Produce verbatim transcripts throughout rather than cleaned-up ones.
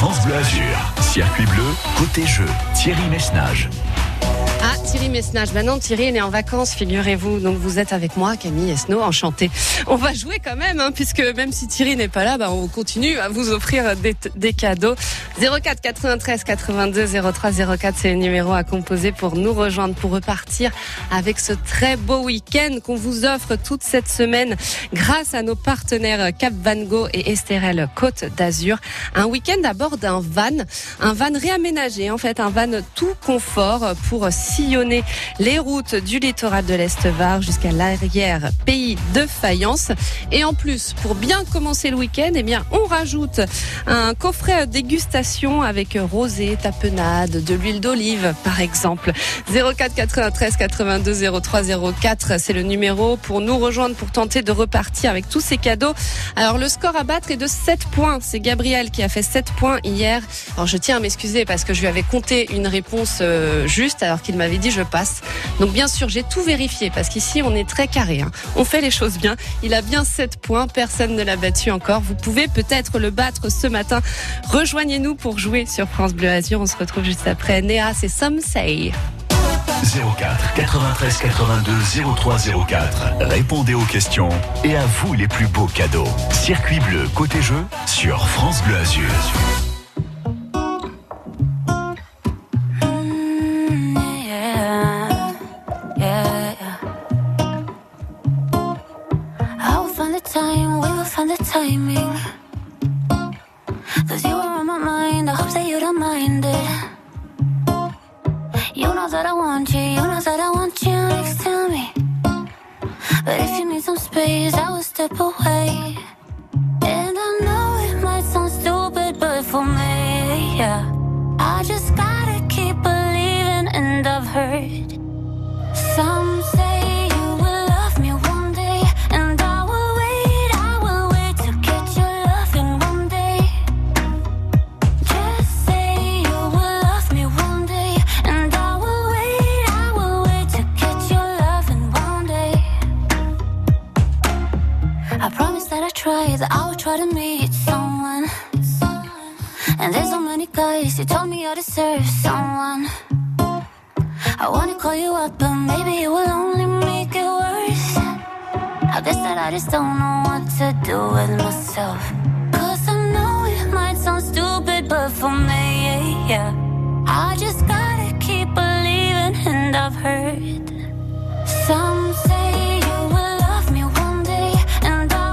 France Bleu Azur. Circuit bleu, côté jeu, Thierry Messnage. Ah, Thierry Messnage. Ben non, Thierry, il est en vacances, figurez-vous. Donc, vous êtes avec moi, Camille Esnault, enchantée. On va jouer quand même, hein, puisque même si Thierry n'est pas là, ben, on continue à vous offrir des, des cadeaux. zéro quatre quatre-vingt-treize quatre-vingt-deux zéro trois zéro quatre, c'est le numéro à composer pour nous rejoindre, pour repartir avec ce très beau week-end qu'on vous offre toute cette semaine grâce à nos partenaires Cap Van Gogh et Estérel Côte d'Azur. Un week-end à bord d'un van, un van réaménagé, en fait, un van tout confort pour sillonner les routes du littoral de l'Est-Var jusqu'à l'arrière pays de Fayence. Et en plus, pour bien commencer le week-end, eh bien, on rajoute un coffret dégustation avec rosé, tapenade, de l'huile d'olive, par exemple. zéro quatre quatre-vingt-treize quatre-vingt-deux zéro trois zéro quatre, c'est le numéro pour nous rejoindre, pour tenter de repartir avec tous ces cadeaux. Alors, le score à battre est de sept points. C'est Gabriel qui a fait sept points hier. Alors, je tiens à m'excuser parce que je lui avais compté une réponse euh, juste alors qu'il m'avait dit je passe. Donc bien sûr, j'ai tout vérifié parce qu'ici on est très carré, hein. On fait les choses bien. Il a bien sept points, personne ne l'a battu encore. Vous pouvez peut-être le battre ce matin. Rejoignez-nous pour jouer sur France Bleu Azur. On se retrouve juste après. Néa, c'est Some Say. zéro quatre quatre-vingt-treize quatre-vingt-deux zéro trois zéro quatre. Répondez aux questions et à vous les plus beaux cadeaux. Circuit bleu côté jeu sur France Bleu Azur. Time, we will find the timing. Cause you are on my mind, I hope that you don't mind it. You know that I want you, you know that I want you next to me. But if you need some space, I will step away. And I know it might sound stupid, but for me, yeah, I just gotta keep believing. And I've heard some say you will love me one day, and I that I would try to meet someone. And there's so many guys, you told me I deserve someone. I wanna call you up, but maybe it will only make it worse. I guess that I just don't know what to do with myself. Cause I know it might sound stupid, but for me, yeah, I just gotta keep believing. And I've heard some say you will love me one day, and I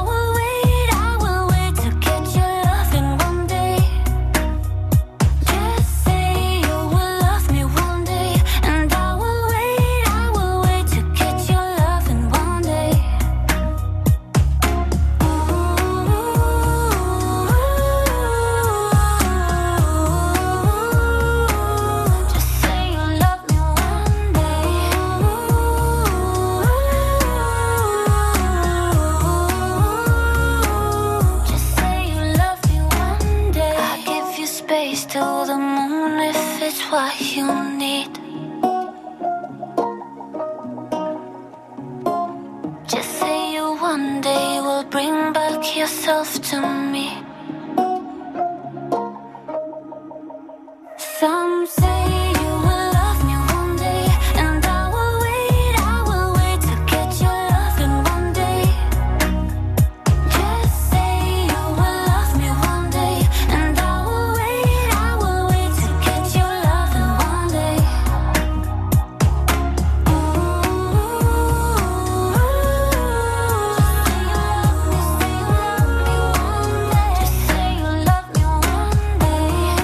what you need. Just say you one day will bring back yourself to me. Some say you will love me one day, and I will wait, I will wait to get your love in one day. Just say you will love me one day, and I will wait, I will wait to get your love in one day. Just say you love me, say you love me one day.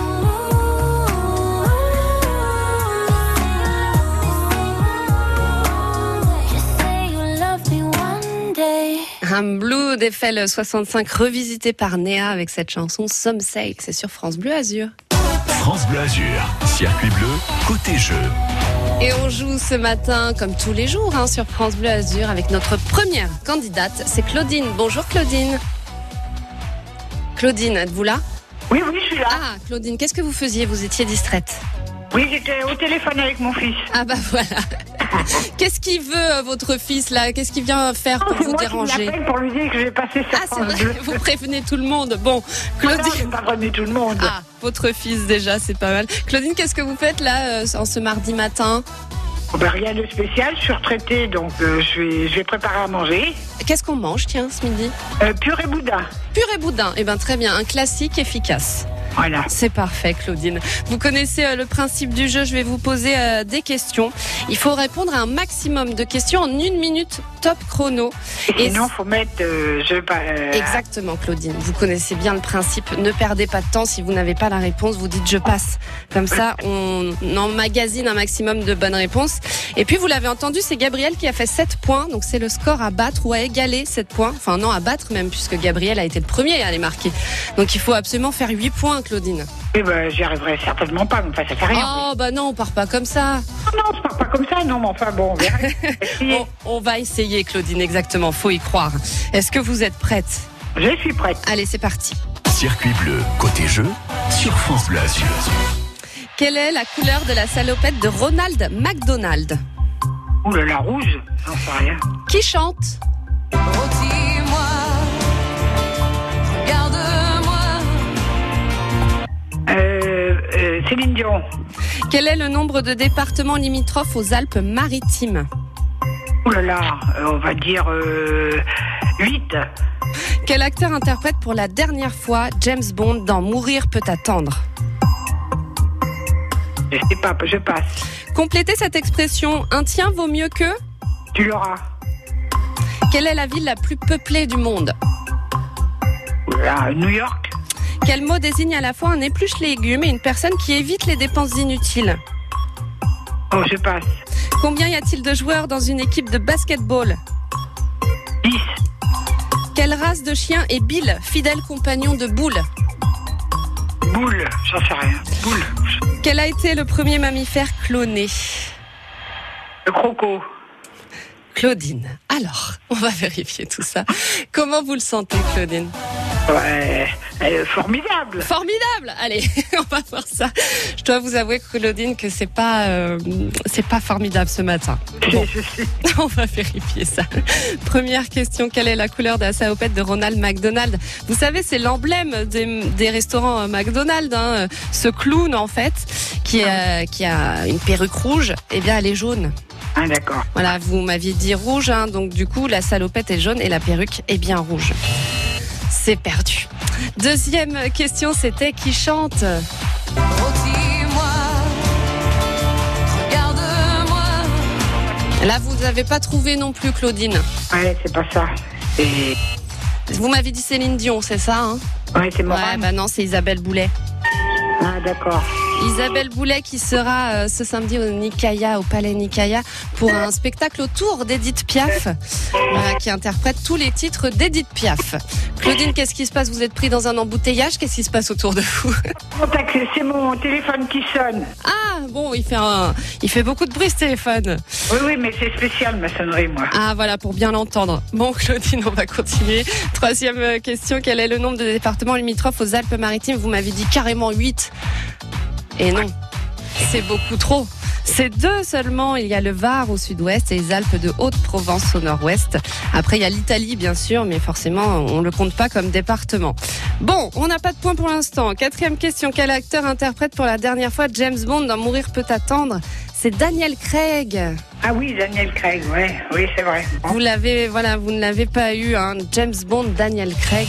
Just say you love me one day. Un Blue d'Eiffel soixante-cinq revisité par Néa avec cette chanson Some Say. C'est sur France Bleu Azur. France Bleu Azur, circuit bleu, côté jeu. Et on joue ce matin, comme tous les jours, hein, sur France Bleu Azur avec notre première candidate, c'est Claudine. Bonjour Claudine. Claudine, êtes-vous là ? Oui, oui, je suis là. Ah, Claudine, qu'est-ce que vous faisiez ? Vous étiez distraite ? Oui, j'étais au téléphone avec mon fils. Ah bah voilà. Qu'est-ce qu'il veut, euh, votre fils, là? Qu'est-ce qu'il vient faire pour C'est vous moi qui déranger? l'appelle pour lui dire que je vais passer sur Ah, c'est France vrai, Bleu. vous prévenez tout le monde. Bon, Non, non, Claudine. je vais pas prévenir tout le monde. Ah, votre fils déjà, c'est pas mal. Claudine, qu'est-ce que vous faites là, euh, en ce mardi matin? Oh, ben, rien de spécial, je suis retraitée, donc euh, je, vais, je vais préparer à manger. Qu'est-ce qu'on mange, tiens, ce midi? Euh, purée boudin. Purée boudin. Eh ben, très bien, un classique efficace. Voilà. C'est parfait, Claudine. Vous connaissez euh, le principe du jeu. Je vais vous poser euh, des questions. Il faut répondre à un maximum de questions en une minute top chrono. Et Et sinon, faut mettre... Euh, je vais pas... euh, Exactement, Claudine. Vous connaissez bien le principe. Ne perdez pas de temps. Si vous n'avez pas la réponse, vous dites je passe. Comme ça, on emmagasine un maximum de bonnes réponses. Et puis, vous l'avez entendu, c'est Gabriel qui a fait sept points. Donc, c'est le score à battre ou à égaler sept points. Enfin, non, à battre même, puisque Gabriel a été le premier à les marquer. Donc, il faut absolument faire huit points, Claudine. eh ben, j'y arriverai certainement pas, mais enfin, ça fait rien. Oh, bah non, on part pas comme ça. Non, non, je pars pas comme ça, non, mais enfin, bon, on verra. Essayez. On, on va essayer, Claudine, exactement. Faut y croire. Est-ce que vous êtes prête? Je suis prête. Allez, c'est parti. Circuit bleu, côté jeu, sur France Bleu Azur. Quelle est la couleur de la salopette de Ronald McDonald? Ouh là là, rouge, j'en sais rien. Qui chante? Rôtis-moi, regarde-moi. Euh, euh, Céline Dion. Quel est le nombre de départements limitrophes aux Alpes-Maritimes? Ouh là là, euh, on va dire euh, huit. Quel acteur interprète pour la dernière fois James Bond dans Mourir peut attendre? Je sais pas, je passe. Complétez cette expression. Un tien vaut mieux que? Tu l'auras. Quelle est la ville la plus peuplée du monde? Ouh là là, New York. Quel mot désigne à la fois un épluche-légumes et une personne qui évite les dépenses inutiles? Oh, je passe. Combien y a-t-il de joueurs dans une équipe de basketball? dix. Quelle race de chien est Bill, fidèle compagnon de Boule? Boule, j'en sais rien. Boule. Quel a été le premier mammifère cloné? Le croco. Claudine. Alors, on va vérifier tout ça. Comment vous le sentez, Claudine? Ouais, euh, formidable. Formidable. Allez, on va voir ça. Je dois vous avouer, Claudine, que c'est pas, euh, c'est pas formidable ce matin. Bon, Je, je sais. on va vérifier ça. Première question, quelle est la couleur de la salopette de Ronald McDonald? Vous savez, c'est l'emblème des, des restaurants McDonald's, hein, ce clown en fait, qui, euh, qui a une perruque rouge. Eh bien, elle est jaune. Ah, d'accord. Voilà, vous m'aviez dit rouge, hein, donc du coup, la salopette est jaune et la perruque est bien rouge. C'est perdu. Deuxième question, c'était qui chante? Rôtis-moi, regarde-moi. Là, vous n'avez pas trouvé non plus, Claudine. Ouais, c'est pas ça. C'est... Vous m'avez dit Céline Dion, c'est ça, hein? Ouais, c'est Morane. Ouais, bah non, c'est Isabelle Boulet. Ah, d'accord. Isabelle Boulet qui sera euh, ce samedi au Nicaïa, au Palais Nicaïa, pour un spectacle autour d'Edith Piaf, voilà, qui interprète tous les titres d'Edith Piaf. Claudine, qu'est-ce qui se passe? Vous êtes pris dans un embouteillage? Qu'est-ce qui se passe autour de vous? Contact, c'est mon téléphone qui sonne. Ah, bon, il fait, un, il fait beaucoup de bruit ce téléphone. Oui, oui, mais c'est spécial ma sonnerie, moi. Ah, voilà, pour bien l'entendre. Bon, Claudine, on va continuer. Troisième question, quel est le nombre de départements limitrophes aux Alpes-Maritimes? Vous m'avez dit carrément huit. Et non, c'est beaucoup trop. C'est deux seulement. Il y a le Var au sud-ouest et les Alpes de Haute-Provence au nord-ouest. Après, il y a l'Italie, bien sûr, mais forcément, on ne le compte pas comme département. Bon, on n'a pas de point pour l'instant. Quatrième question. Quel acteur interprète pour la dernière fois James Bond dans Mourir peut attendre? C'est Daniel Craig. Ah oui, Daniel Craig, ouais, oui, c'est vrai. Vous l'avez, voilà, vous ne l'avez pas eu, hein. James Bond, Daniel Craig.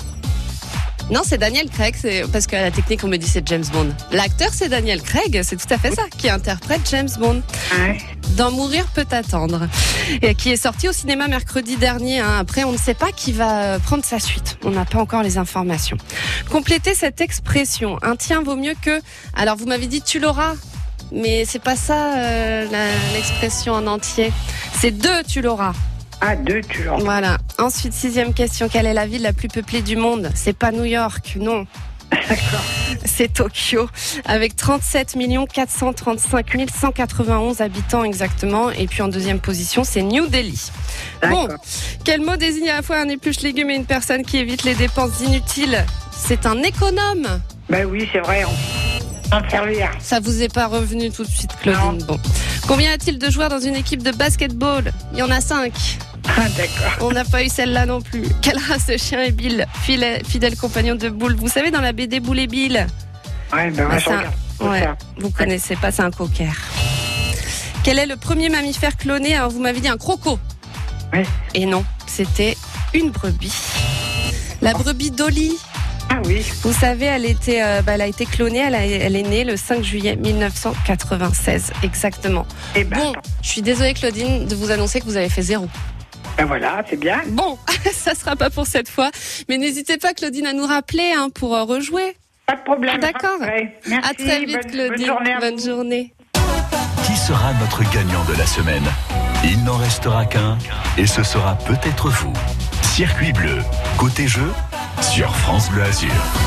Non, c'est Daniel Craig, c'est parce qu'à la technique on me dit c'est James Bond. L'acteur c'est Daniel Craig, c'est tout à fait ça, qui interprète James Bond. Ouais. Dans Mourir peut attendre, et qui est sorti au cinéma mercredi dernier. Hein. Après, on ne sait pas qui va prendre sa suite. On n'a pas encore les informations. Complétez cette expression. Un tien vaut mieux que. Alors, vous m'avez dit tu l'auras, mais c'est pas ça euh, la- l'expression en entier. C'est deux tu l'auras. Ah, deux, tu l'as. Voilà. Ensuite, sixième question. Quelle est la ville la plus peuplée du monde? C'est pas New York, non. D'accord. C'est Tokyo, avec trente-sept millions quatre cent trente-cinq mille cent quatre-vingt-onze habitants exactement. Et puis en deuxième position, c'est New Delhi. Bon, D'accord. quel mot désigne à la fois un épluche-légumes et une personne qui évite les dépenses inutiles? C'est un économe. Ben oui, c'est vrai, on peut en servir. Ça vous est pas revenu tout de suite, Claudine? Non. Bon. Combien a-t-il de joueurs dans une équipe de basketball? Il y en a cinq. Ah, d'accord. On n'a pas eu celle-là non plus. Quelle race de chien est Bill, fidèle, fidèle compagnon de Boule? Vous savez, dans la B D Boule et Bill. Ouais, ben, Bah, ouais, je c'est un- regarde. Ouais, Ça. vous connaissez pas, c'est un cocker. Quel est le premier mammifère cloné? Alors, vous m'avez dit un croco. Oui. Et non, c'était une brebis. La brebis Dolly. Ah oui. Vous savez, elle, était, euh, bah, elle a été clonée, elle, a- elle est née le cinq juillet mille neuf cent quatre-vingt-seize, exactement. Eh ben, Bon, je suis désolée Claudine de vous annoncer que vous avez fait zéro. ben voilà, c'est bien. Bon, ça sera pas pour cette fois, mais n'hésitez pas Claudine à nous rappeler hein, pour euh, rejouer. Pas de problème. D'accord. Ouais. Merci. À très vite bonne, Claudine, Bonne journée. à bonne vous. journée. Qui sera notre gagnant de la semaine? Il n'en restera qu'un et ce sera peut-être vous. Circuit bleu, côté jeu, sur France Bleu Azur.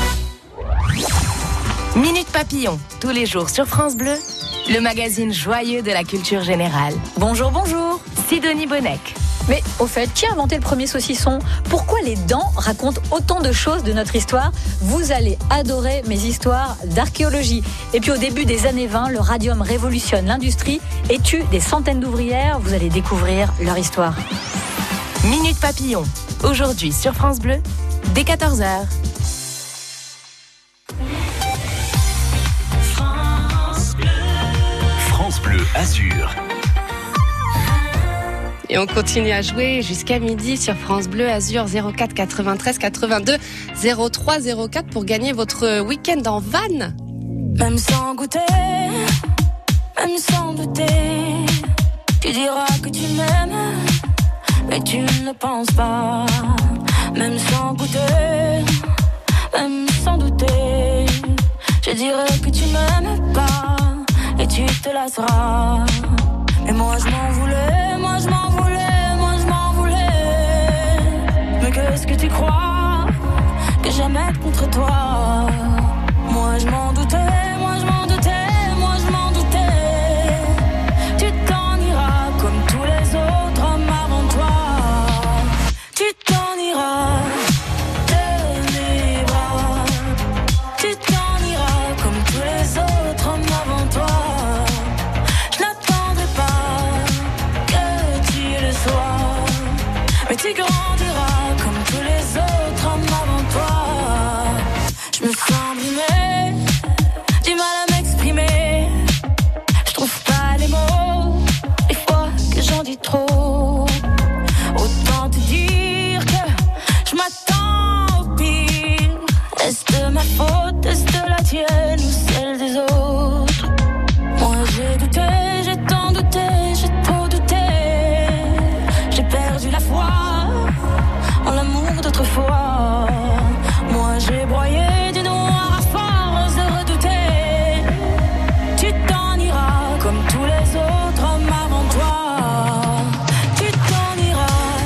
Minute Papillon, tous les jours sur France Bleu, le magazine joyeux de la culture générale. Bonjour, bonjour. Sidonie Bonnec. Mais au fait, qui a inventé le premier saucisson? Pourquoi les dents racontent autant de choses de notre histoire? Vous allez adorer mes histoires d'archéologie. Et puis au début des années vingt, le radium révolutionne l'industrie et tue des centaines d'ouvrières. Vous allez découvrir leur histoire. Minute Papillon, aujourd'hui sur France Bleu, dès quatorze heures. France Bleu Azur. Et on continue à jouer jusqu'à midi sur France Bleu Azur zéro quatre quatre-vingt-treize quatre-vingt-deux zéro trois zéro quatre pour gagner votre week-end en van. Même sans goûter, même sans douter, tu diras que tu m'aimes, mais tu ne le penses pas. Même sans goûter, même sans douter, je dirais que tu m'aimes pas, et tu te lasseras. Et moi je m'en voulais, moi je m'en voulais, moi je m'en voulais. Mais qu'est-ce que tu crois que j'aime être contre toi? Moi je m'en doutais, moi je m'en doutais, moi je m'en doutais. Tu t'en iras comme tous les autres hommes avant toi. Tu t'en iras de mes bras. Tu t'en iras comme tous les autres hommes avant toi. Je n'attendrai pas que tu le sois, mais tu grandiras comme tous les autres hommes avant toi. Je me sens brimée, du mal à m'exprimer. Je trouve pas les mots, des fois que j'en dis trop. Autant te dire que je m'attends au pire. Est-ce de ma faute, est-ce de la tienne ou celle des autres? Moi j'ai douté, j'ai tant douté, j'ai trop douté. J'ai perdu la foi en l'amour d'autrefois. Moi j'ai broyé du noir à force de redouter. Tu t'en iras comme tous les autres hommes avant toi. Tu t'en iras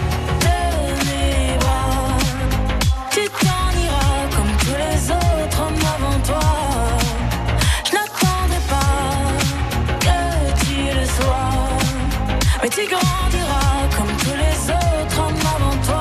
de mes bras. Tu t'en iras comme tous les autres hommes avant toi. Je n'attendrai pas que tu le sois, mais tu grandiras comme tous les autres hommes avant toi.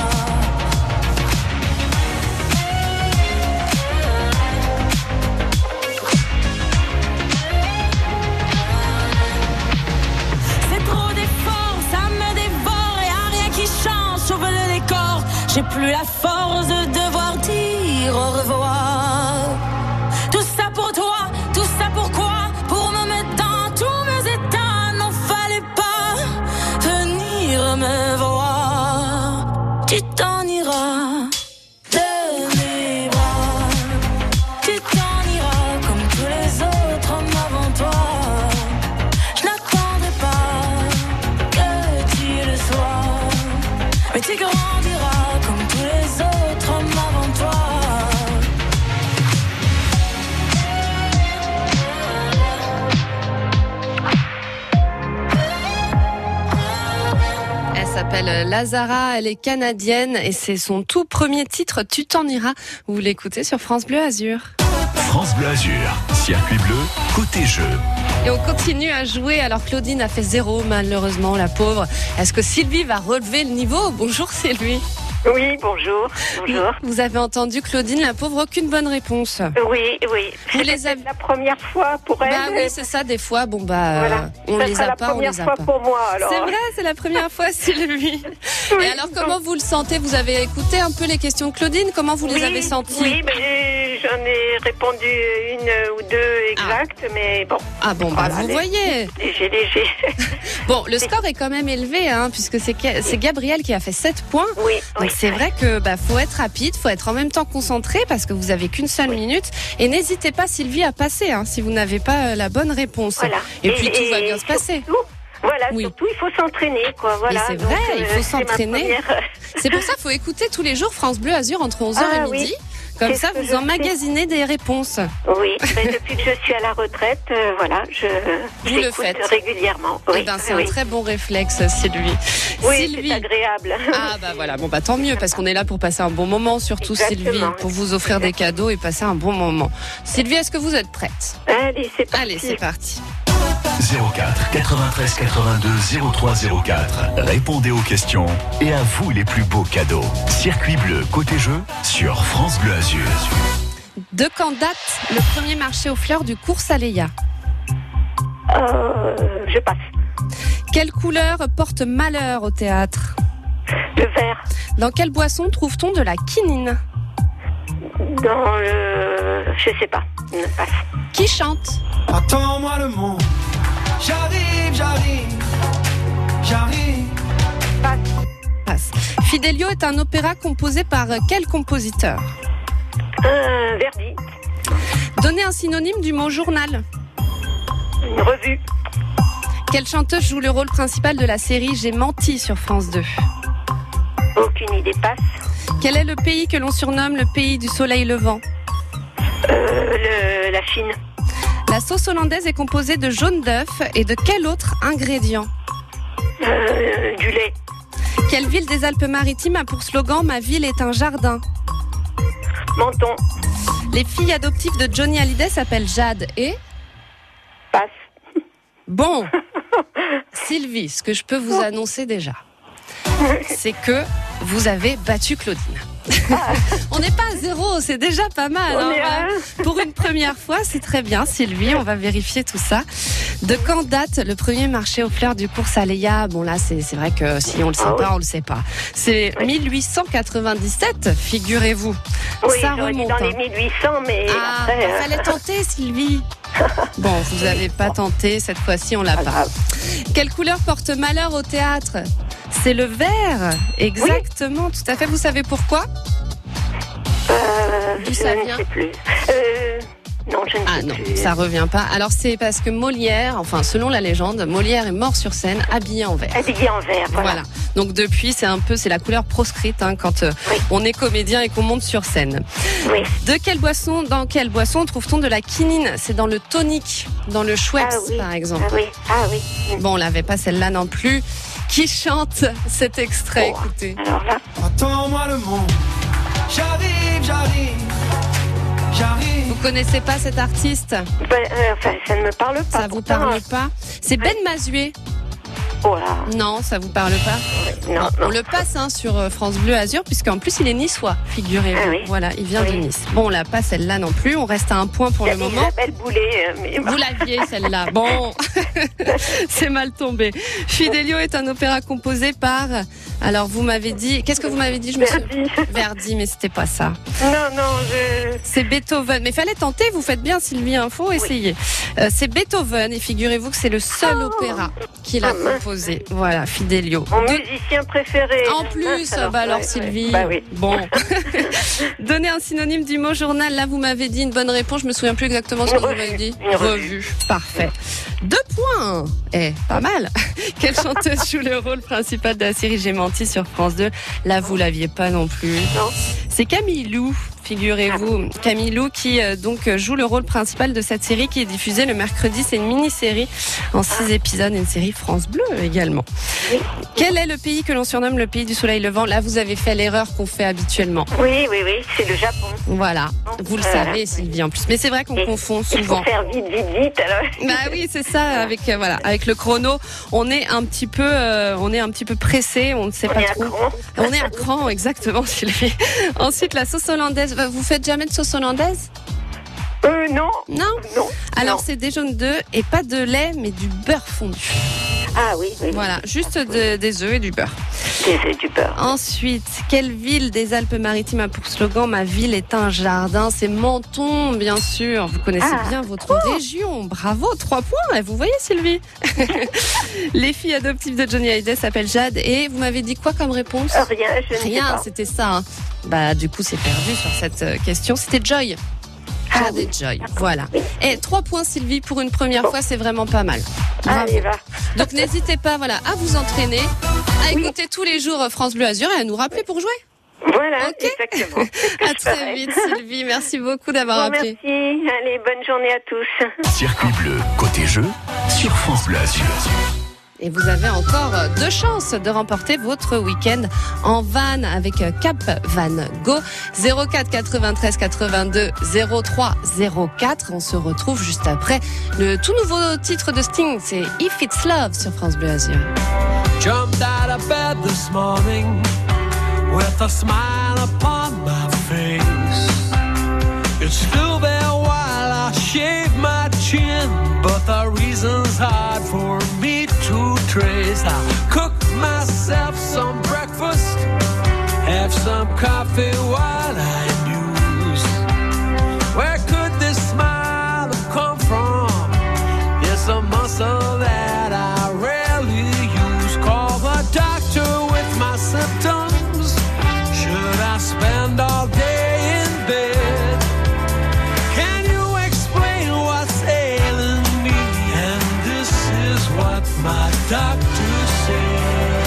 C'est trop d'efforts, ça me dévore, y'a rien qui change, sauf le décor. J'ai plus la force de devoir dire au revoir. Tout ça pour toi, tout ça pourquoi? Pour me mettre dans tous mes états, n'en fallait pas venir me voir. Tu t'en iras de mes bras. Tu t'en iras comme tous les autres hommes avant toi. Je n'attendrai pas que tu le sois, mais tu grandiras comme tous les autres hommes avant toi. Elle s'appelle Lazara, elle est canadienne et c'est son tout premier titre, Tu t'en iras. Vous l'écoutez sur France Bleu Azur. France Bleu Azur, circuit bleu, côté jeu. Et on continue à jouer. Alors Claudine a fait zéro, malheureusement, la pauvre. Est-ce que Sylvie va relever le niveau? Bonjour Sylvie. Oui, bonjour. Bonjour. Vous avez entendu Claudine, la pauvre, aucune bonne réponse. Oui, oui. Vous C'est les avez... la première fois pour elle. Bah oui, c'est ça, des fois, bon bah, Voilà. euh, on Ça les sera a la pas, on première les a fois pas. pour moi, alors. C'est vrai, c'est la première fois, Sylvie. Oui. Et alors, comment vous le sentez? Vous avez écouté un peu les questions de Claudine? Comment vous les Oui, avez senties? Oui, mais j'en ai répondu une ou deux exactes, mais bon. Ah bon, bah Voilà, vous les- voyez. Léger, léger. Bon, le score est quand même élevé, hein, puisque c'est Ga- c'est Gabriel qui a fait sept points. Oui, Donc oui. c'est vrai que bah faut être rapide, faut être en même temps concentré parce que vous avez qu'une seule minute. Et n'hésitez pas, Sylvie, à passer hein, si vous n'avez pas euh, la bonne réponse. Voilà. Et, puis tout et va bien se passer. surtout- Voilà, Oui. surtout il faut s'entraîner, quoi. Voilà. c'est Donc, vrai, il faut c'est ma s'entraîner. première- C'est pour ça qu'il faut écouter tous les jours France Bleu Azur entre onze heures Ah, et midi. oui. Comme C'est ça, ce que vous je emmagasinez des réponses. Oui, ben, depuis que je suis à la retraite, euh, voilà, je Vous le j'écoute faites. régulièrement. Eh Oui, ben, c'est oui. un très bon réflexe, Sylvie. Oui, Sylvie. c'est agréable. Ah bah voilà, bon bah tant mieux parce qu'on est là pour passer un bon moment, surtout Exactement. Sylvie, pour vous offrir des cadeaux et passer un bon moment. Sylvie, est-ce que vous êtes prête? Allez, c'est parti. Allez, c'est parti. zéro quatre quatre-vingt-treize quatre-vingt-deux zéro trois zéro quatre. Répondez aux questions et à vous les plus beaux cadeaux. Circuit bleu côté jeu sur France Bleu Azur. De quand date le premier marché aux fleurs du Cours Aléa? Euh, je passe. Quelle couleur porte malheur au théâtre? Le vert Dans quelle boisson trouve-t-on de la quinine? dans le... Je sais pas. Je passe. Qui chante? Attends-moi le monde. J'arrive, j'arrive, j'arrive. Passe. Fidelio est un opéra composé par quel compositeur? Euh, Verdi. Donnez un synonyme du mot journal. Une revue. Quelle chanteuse joue le rôle principal de la série J'ai menti sur France deux? Aucune idée. Passe. Quel est le pays que l'on surnomme le pays du soleil levant? Euh, le... La Chine. La sauce hollandaise est composée de jaune d'œuf et de quel autre ingrédient? Euh, du lait. Quelle ville des Alpes-Maritimes a pour slogan « Ma ville est un jardin » Menton. Les filles adoptives de Johnny Hallyday s'appellent Jade et... Passe. Bon, Sylvie, ce que je peux vous annoncer déjà, c'est que vous avez battu Claudine. On n'est pas à zéro, c'est déjà pas mal. On hein. est à Pour une première fois, c'est très bien, Sylvie. On va vérifier tout ça. De quand date le premier marché aux fleurs du Cours Aléa? Bon là, c'est c'est vrai que si on le sait Ah pas, oui. on le sait pas. C'est Oui. mille huit cent quatre-vingt-dix-sept, figurez-vous. Oui, ça j'aurais dit remonte. dans hein. les mille huit cents, mais Ah, après... euh, fallait tenter, Sylvie. Bon, vous n'avez pas tenté, cette fois-ci, on l'a pas pas. grave. Quelle couleur porte malheur au théâtre? C'est le vert. Exactement, tout à fait. Vous savez pourquoi? Euh, D'où je ça ne vient sais plus. Euh, non, je ne Ah sais non, plus. ça revient pas. Alors c'est parce que Molière, enfin selon la légende, Molière est mort sur scène habillé en vert. Habillé en vert, voilà. Voilà. Donc depuis, c'est un peu, c'est la couleur proscrite hein, quand euh, Oui. on est comédien et qu'on monte sur scène. Oui. De quelle boisson, dans quelle boisson trouve-t-on de la quinine? C'est dans le tonic, dans le Schweppes Ah oui. par exemple. Ah oui, ah oui. Bon, on l'avait pas celle-là non plus. Qui chante cet extrait? Oh. Écoutez. Alors là, Attends-moi le monde. J'arrive, j'arrive, j'arrive. Vous connaissez pas cet artiste? ben, euh, enfin, ça ne me parle pas. Ça vous pourtant. parle pas? C'est Ben Mazué. Oh là. Non, ça vous parle pas? Non, On non. le passe hein, sur euh, France Bleu Azur, puisqu'en plus il est niçois, figurez-vous. Ah oui. Voilà, il vient de Oui. Nice. Bon, on l'a pas celle-là non plus, on reste à un point pour Il y le avait moment. Isabelle Boulet, euh, mais Vous l'aviez celle-là. Bon, c'est mal tombé. Fidelio est un opéra composé par. Alors vous m'avez dit. Qu'est-ce que vous m'avez dit? Je me suis. Verdi. Verdi, mais c'était pas ça. Non, non, je... C'est Beethoven. Mais fallait tenter. Vous faites bien, Sylvie. Il faut essayer. Euh, c'est Beethoven et figurez-vous que c'est le seul Oh. opéra qu'il a Ah, mince. composé. Voilà, Fidelio. Mon De- musicien préféré. En Mince, plus, bah alors ouais, Sylvie. ouais. Bah oui. Bon. Donnez un synonyme du mot journal. Là, vous m'avez dit une bonne réponse. Je me souviens plus exactement ce que Une vous revue. m'avez dit. Une revue. Parfait. Deux points. Eh, pas mal. Quelle chanteuse joue le rôle principal de la série J'ai menti sur France deux? Là, vous l'aviez pas non plus. Non. C'est Camille Lou. figurez-vous. Camille Lou qui euh, donc joue le rôle principal de cette série qui est diffusée le mercredi. C'est une mini-série en six épisodes, une série France Bleu également. Oui. Quel est le pays que l'on surnomme le pays du soleil levant? Là, vous avez fait l'erreur qu'on fait habituellement. Oui, oui, oui, c'est le Japon. Voilà, vous le Voilà. savez Sylvie en plus. Mais c'est vrai qu'on Et confond Il faut souvent. faire vite, vite, vite. Alors. Bah oui, c'est ça. Avec euh, voilà, avec le chrono, on est un petit peu, euh, on est un petit peu pressé. On ne sait On pas est à trop. cran. On est à cran, exactement, Sylvie. Ensuite, la sauce hollandaise. Vous faites jamais de sauce hollandaise? Euh, non. Non. Non. Alors non. c'est des jaunes d'œufs et pas de lait, mais du beurre fondu. Ah oui, oui. Voilà, juste de- des œufs et du beurre. C'est du beurre. Ensuite, quelle ville des Alpes-Maritimes a pour slogan « Ma ville est un jardin » C'est Menton, bien sûr. Vous connaissez Ah. bien votre région. Bravo, trois points. Et vous voyez, Sylvie. Les filles adoptives de Johnny Hallyday s'appellent Jade. Et vous m'avez dit quoi comme réponse? Euh, Rien, je ne sais Rien, pas. c'était ça. hein. Bah, du coup, c'est perdu sur cette euh, question. C'était Joy. Ah Jade oui. et Joy. Voilà. Et trois points, Sylvie, pour une première fois, c'est vraiment pas mal. Bravo. Allez, va. Donc n'hésitez pas, voilà, à vous entraîner, à écouter tous les jours France Bleu Azur et à nous rappeler pour jouer. Voilà, Ok. exactement. À très vite, Sylvie. Merci beaucoup d'avoir Bon, appelé. merci. Allez, bonne journée à tous. Circuit bleu, côté jeu, sur France Bleu Azur. Et vous avez encore deux chances de remporter votre week-end en van avec Cap Van Go. zéro quatre quatre-vingt-treize quatre-vingt-deux zéro trois zéro quatre. On se retrouve juste après le tout nouveau titre de Sting. C'est If It's Love sur France Bleu Azur. Jumped out of bed this morning with a smile upon my face. It's still there while I shave my chin, but the reason's hard for me to trace. I cook myself some breakfast, have some coffee while I muse. Where could this smile have come from? It's a muscle that I rarely use. Call the doctor with my symptoms. Should I spend all day in bed? Can you explain what's ailing me? And this is what my doctor said.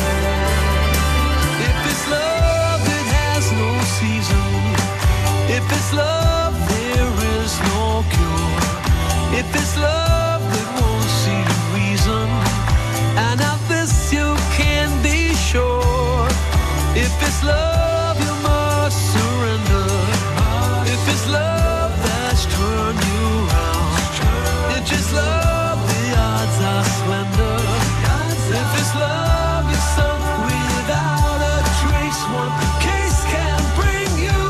If it's love, it has no season. If it's love, there is no cure. If it's love, it won't see reason. And of this you can be sure. If it's love, you must surrender. If it's love that's turned you round, if it's love, the odds are slender. If it's love, you're sunk without a trace. One case can bring you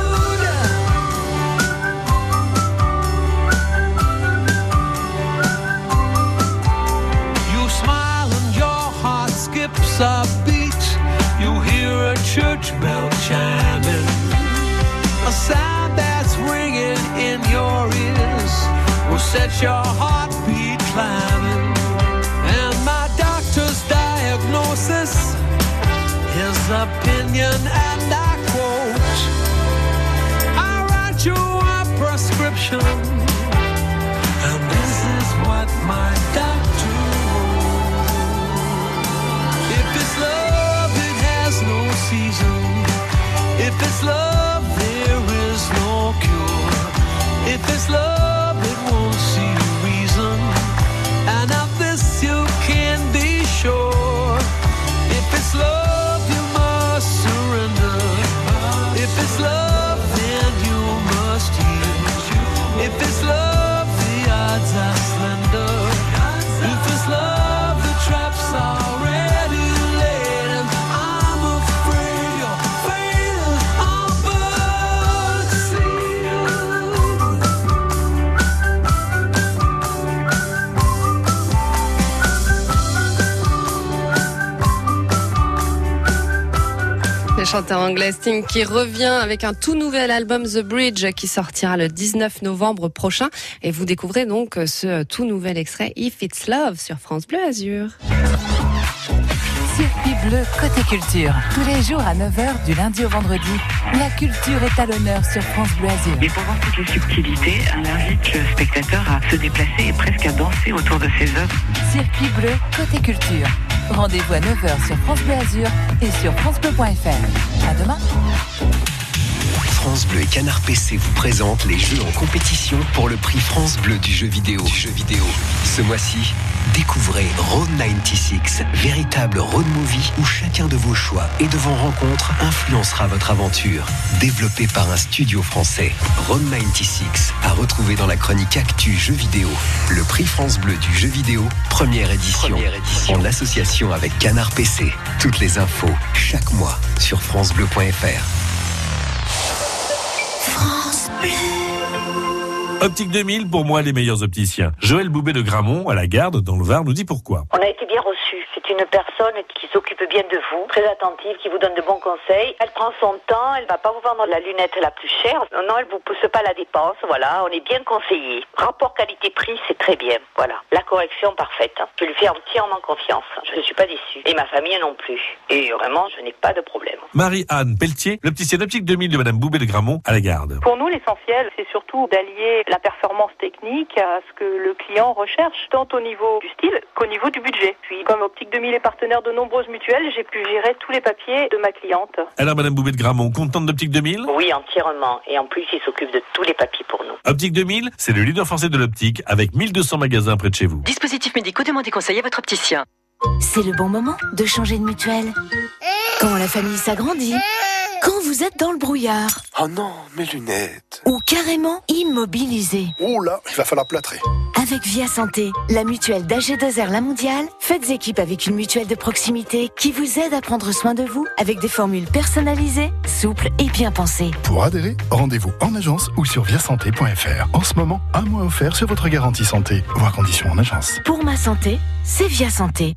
down. You smile and your heart skips a beat. You hear a church bell chiming, a sound that's ringing in your ears will set your heartbeat climbing. And my doctor's diagnosis, his opinion, and I quote, I write you a prescription, and this is what my doctor wrote. If it's love, it has no season. If it's love, there is no cure. If it's love, it won't see reason. And of this you can be sure. If it's love, you must surrender. If it's love, then you must yield. If it's love, the odds are slender. If it's love, the trap's already laid. And I'm afraid you're fading on but sealed. Le chanteur anglais Sting qui revient avec un tout nouvel album The Bridge qui sortira le dix-neuf novembre prochain. Et vous découvrez donc ce tout nouvel extrait If It's Love sur France Bleu Azur. Circuit bleu côté culture. Tous les jours à neuf heures du lundi au vendredi. La culture est à l'honneur sur France Bleu Azur. Et pour voir toutes les subtilités, on invite le spectateur à se déplacer et presque à danser autour de ses œuvres. Circuit bleu côté culture. Rendez-vous à neuf heures sur France Bleu Azur et sur francebleu point f r. À demain. France Bleu et Canard P C vous présentent les jeux en compétition pour le prix France Bleu du jeu vidéo. Du jeu vidéo. Ce mois-ci, découvrez Road quatre-vingt-seize, véritable road movie où chacun de vos choix et de vos rencontres influencera votre aventure. Développé par un studio français, Road quatre-vingt-seize, à retrouver dans la chronique Actu Jeux vidéo. Le prix France Bleu du jeu vidéo, première édition, première édition. En association avec Canard P C. Toutes les infos, chaque mois, sur francebleu point f r. France Bleu. Optique deux mille, pour moi, les meilleurs opticiens. Joël Boubet de Gramont, à la Garde, dans le Var, nous dit pourquoi. On a été bien reçus. C'est une personne qui s'occupe bien de vous, très attentive, qui vous donne de bons conseils. Elle prend son temps, elle va pas vous vendre la lunette la plus chère. Non, non, elle vous pousse pas la dépense, voilà. On est bien conseillé. Rapport qualité-prix, c'est très bien, voilà. La correction parfaite. Hein. Je lui fais entièrement confiance. Je ne suis pas déçue. Et ma famille non plus. Et vraiment, je n'ai pas de problème. Marie-Anne Pelletier, l'opticienne Optique deux mille de Madame Boubet de Gramont, à la Garde. Pour nous, l'essentiel, c'est surtout d'allier la performance technique à ce que le client recherche, tant au niveau du style qu'au niveau du budget. Puis, comme Optique deux mille est partenaire de nombreuses mutuelles, j'ai pu gérer tous les papiers de ma cliente. Alors, Madame Boubet de Gramont, contente d'Optique deux mille ? Oui, entièrement. Et en plus, il s'occupe de tous les papiers pour nous. Optique deux mille, c'est le leader français de l'optique, avec mille deux cents magasins près de chez vous. Dispositifs médicaux, demandez conseil à votre opticien. C'est le bon moment de changer de mutuelle. Quand la famille s'agrandit, quand vous êtes dans le brouillard. Oh non, mes lunettes. Ou carrément immobilisé. Oh là, il va falloir plâtrer. Avec Via Santé, la mutuelle d'A G deux R La Mondiale, faites équipe avec une mutuelle de proximité qui vous aide à prendre soin de vous avec des formules personnalisées, souples et bien pensées. Pour adhérer, rendez-vous en agence ou sur via santé point f r. En ce moment, un mois offert sur votre garantie santé. Voir conditions en agence. Pour ma santé, c'est Via Santé.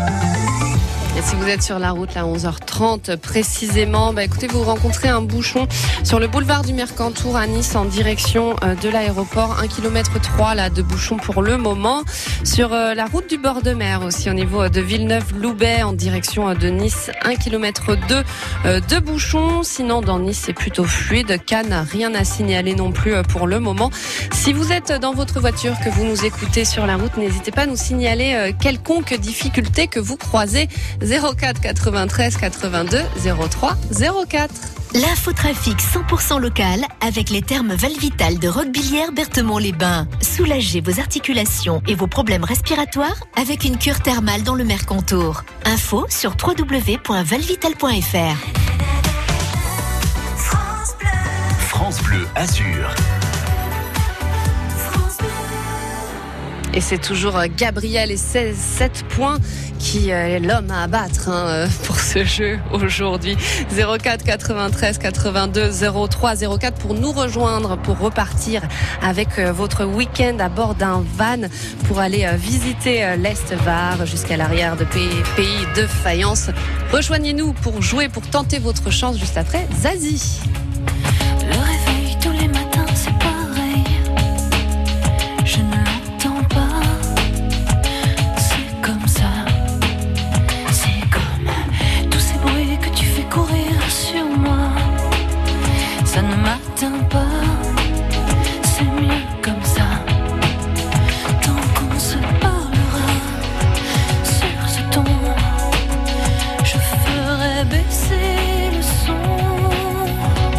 Et si vous êtes sur la route, là, à onze heures trente précisément, bah écoutez, vous rencontrez un bouchon sur le boulevard du Mercantour à Nice en direction de l'aéroport. un kilomètre trois là, de bouchon pour le moment. Sur la route du bord de mer aussi, au niveau de Villeneuve-Loubet en direction de Nice, un kilomètre deux de bouchon. Sinon, dans Nice, c'est plutôt fluide. Cannes, rien à signaler non plus pour le moment. Si vous êtes dans votre voiture, que vous nous écoutez sur la route, n'hésitez pas à nous signaler quelconque difficulté que vous croisez. zéro quatre quatre-vingt-treize quatre-vingt-deux zéro trois zéro quatre. L'infotrafic cent pour cent local avec les thermes Valvital de Roquebillière Berthemont-les-Bains. Soulagez vos articulations et vos problèmes respiratoires avec une cure thermale dans le Mercantour. Info sur w w w point valvital point f r. France Bleu, France Bleu Azur. Et c'est toujours Gabriel et ses sept points qui est l'homme à abattre hein, pour ce jeu aujourd'hui. zéro quatre quatre-vingt-treize quatre-vingt-deux zéro trois zéro quatre pour nous rejoindre, pour repartir avec votre week-end à bord d'un van pour aller visiter l'Est-Var jusqu'à l'arrière de Pays de Fayence. Rejoignez-nous pour jouer, pour tenter votre chance juste après Zazie. Le réveil tous les matins, c'est pareil. Je ne l'entends pas. C'est comme ça. C'est comme tous ces bruits que tu fais courir sur moi. Ça ne m'atteint pas. C'est mieux comme ça. Tant qu'on se parlera sur ce ton, je ferai baisser le son.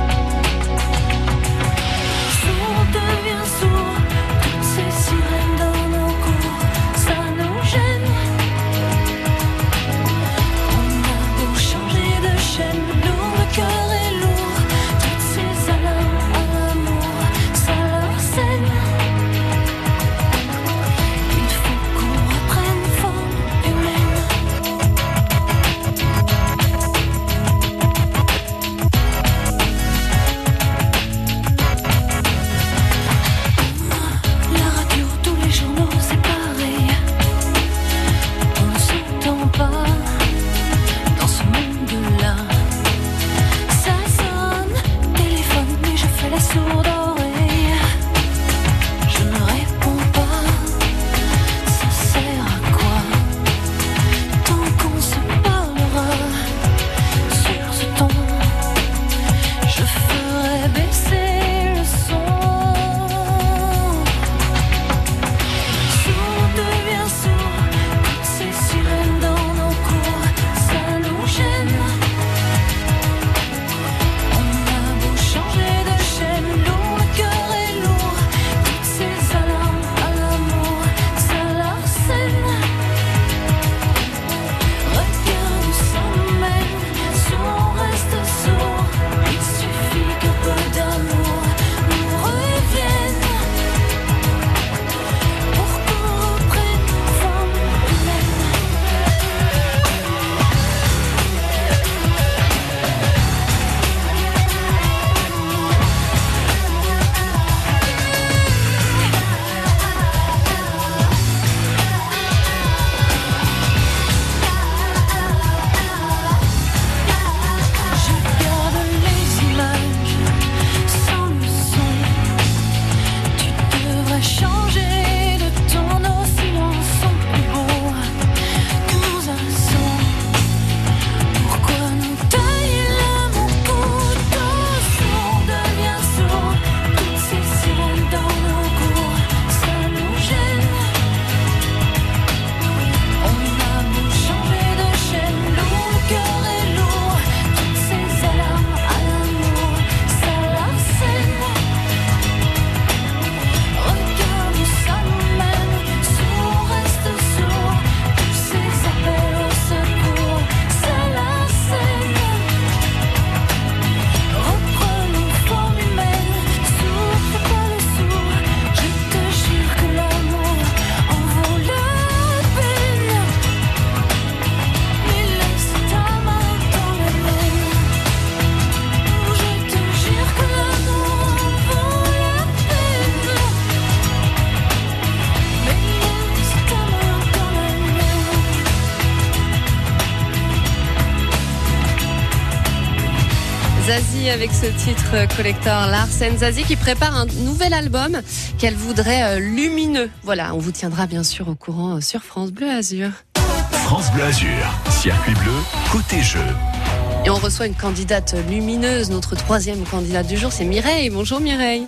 Zazie avec ce titre collector Larsen. Zazie qui prépare un nouvel album qu'elle voudrait euh, lumineux. Voilà, on vous tiendra bien sûr au courant sur France Bleu Azur. France Bleu Azur, circuit bleu, côté jeu. Et on reçoit une candidate lumineuse. Notre troisième candidate du jour, c'est Mireille. Bonjour Mireille.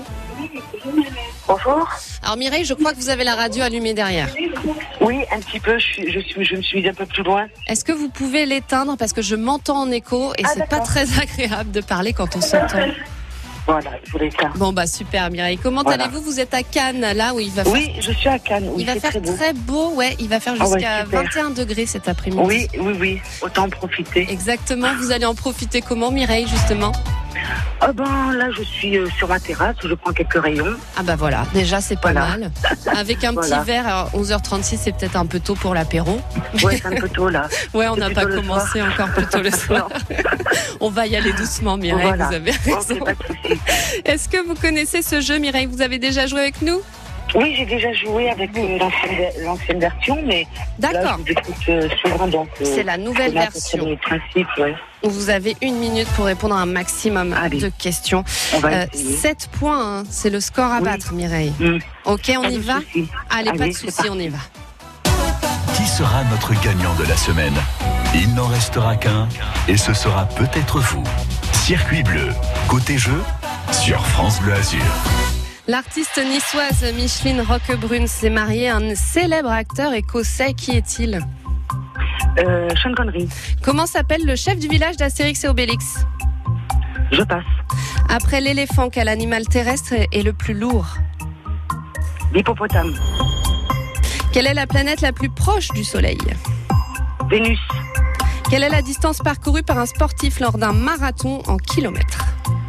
Bonjour. Alors Mireille, je crois que vous avez la radio allumée derrière. Oui, un petit peu, je, suis, je, suis, je me suis mise un peu plus loin. Est-ce que vous pouvez l'éteindre parce que je m'entends en écho et ah, c'est d'accord. pas très agréable de parler quand on s'entend. Voilà, je voulais ça. Bon bah super Mireille. Comment voilà. allez-vous? Vous êtes à Cannes là où il va faire... Oui, je suis à Cannes. Oui, il va faire très beau. très beau, ouais. Il va faire jusqu'à ah ouais, vingt et un degrés cet après-midi. Oui, oui, oui. Autant en profiter. Exactement. Vous allez en profiter comment Mireille justement? Ah ben là, je suis euh, sur ma terrasse, je prends quelques rayons. Ah bah voilà, déjà c'est pas voilà. mal. Avec un petit voilà. verre, alors onze heures trente-six, c'est peut-être un peu tôt pour l'apéro. Ouais, c'est un peu tôt là. Ouais, on n'a pas commencé soir. encore plus tôt le soir. On va y aller doucement Mireille, voilà. Vous avez raison. Okay, pas de souci. Est-ce que vous connaissez ce jeu Mireille? Vous avez déjà joué avec nous? Oui, j'ai déjà joué avec euh, l'ancienne, l'ancienne version, mais d'accord. Là, je vous écoute euh, souvent, donc euh, c'est la nouvelle version. Le principe, ouais. Vous avez une minute pour répondre à un maximum Allez. de questions. On va euh, sept points, hein, c'est le score à oui. battre, Mireille. Mmh. Ok, on pas y va souci. Allez, Allez, pas de souci, on y va. Qui sera notre gagnant de la semaine? Il n'en restera qu'un, et ce sera peut-être vous. Circuit bleu, côté jeu, sur France Bleu Azur. L'artiste niçoise Micheline Roquebrune s'est mariée à un célèbre acteur écossais. Qui est-il? euh, Sean Connery. Comment s'appelle le chef du village d'Astérix et Obélix? Je passe. Après l'éléphant, quel animal terrestre est le plus lourd? L'hippopotame. Quelle est la planète la plus proche du Soleil? Vénus. Quelle est la distance parcourue par un sportif lors d'un marathon en kilomètres?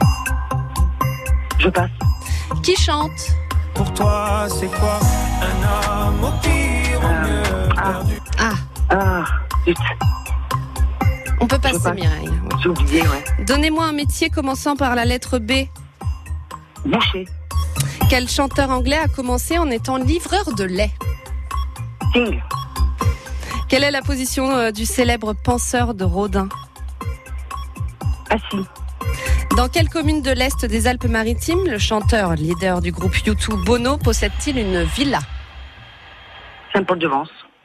Je passe. Qui chante? Pour toi, c'est quoi un homme au pire au mieux perdu? Ah. Ah, zut. On peut passer, Mireille. Oui. J'ai oublié, ouais. Donnez-moi un métier commençant par la lettre B. Boucher. Quel chanteur anglais a commencé en étant livreur de lait? Sting. Quelle est la position euh, du célèbre penseur de Rodin? Assis. Dans quelle commune de l'Est des Alpes-Maritimes le chanteur, leader du groupe U deux, Bono, possède-t-il une villa? Saint-Paul-de-Vence.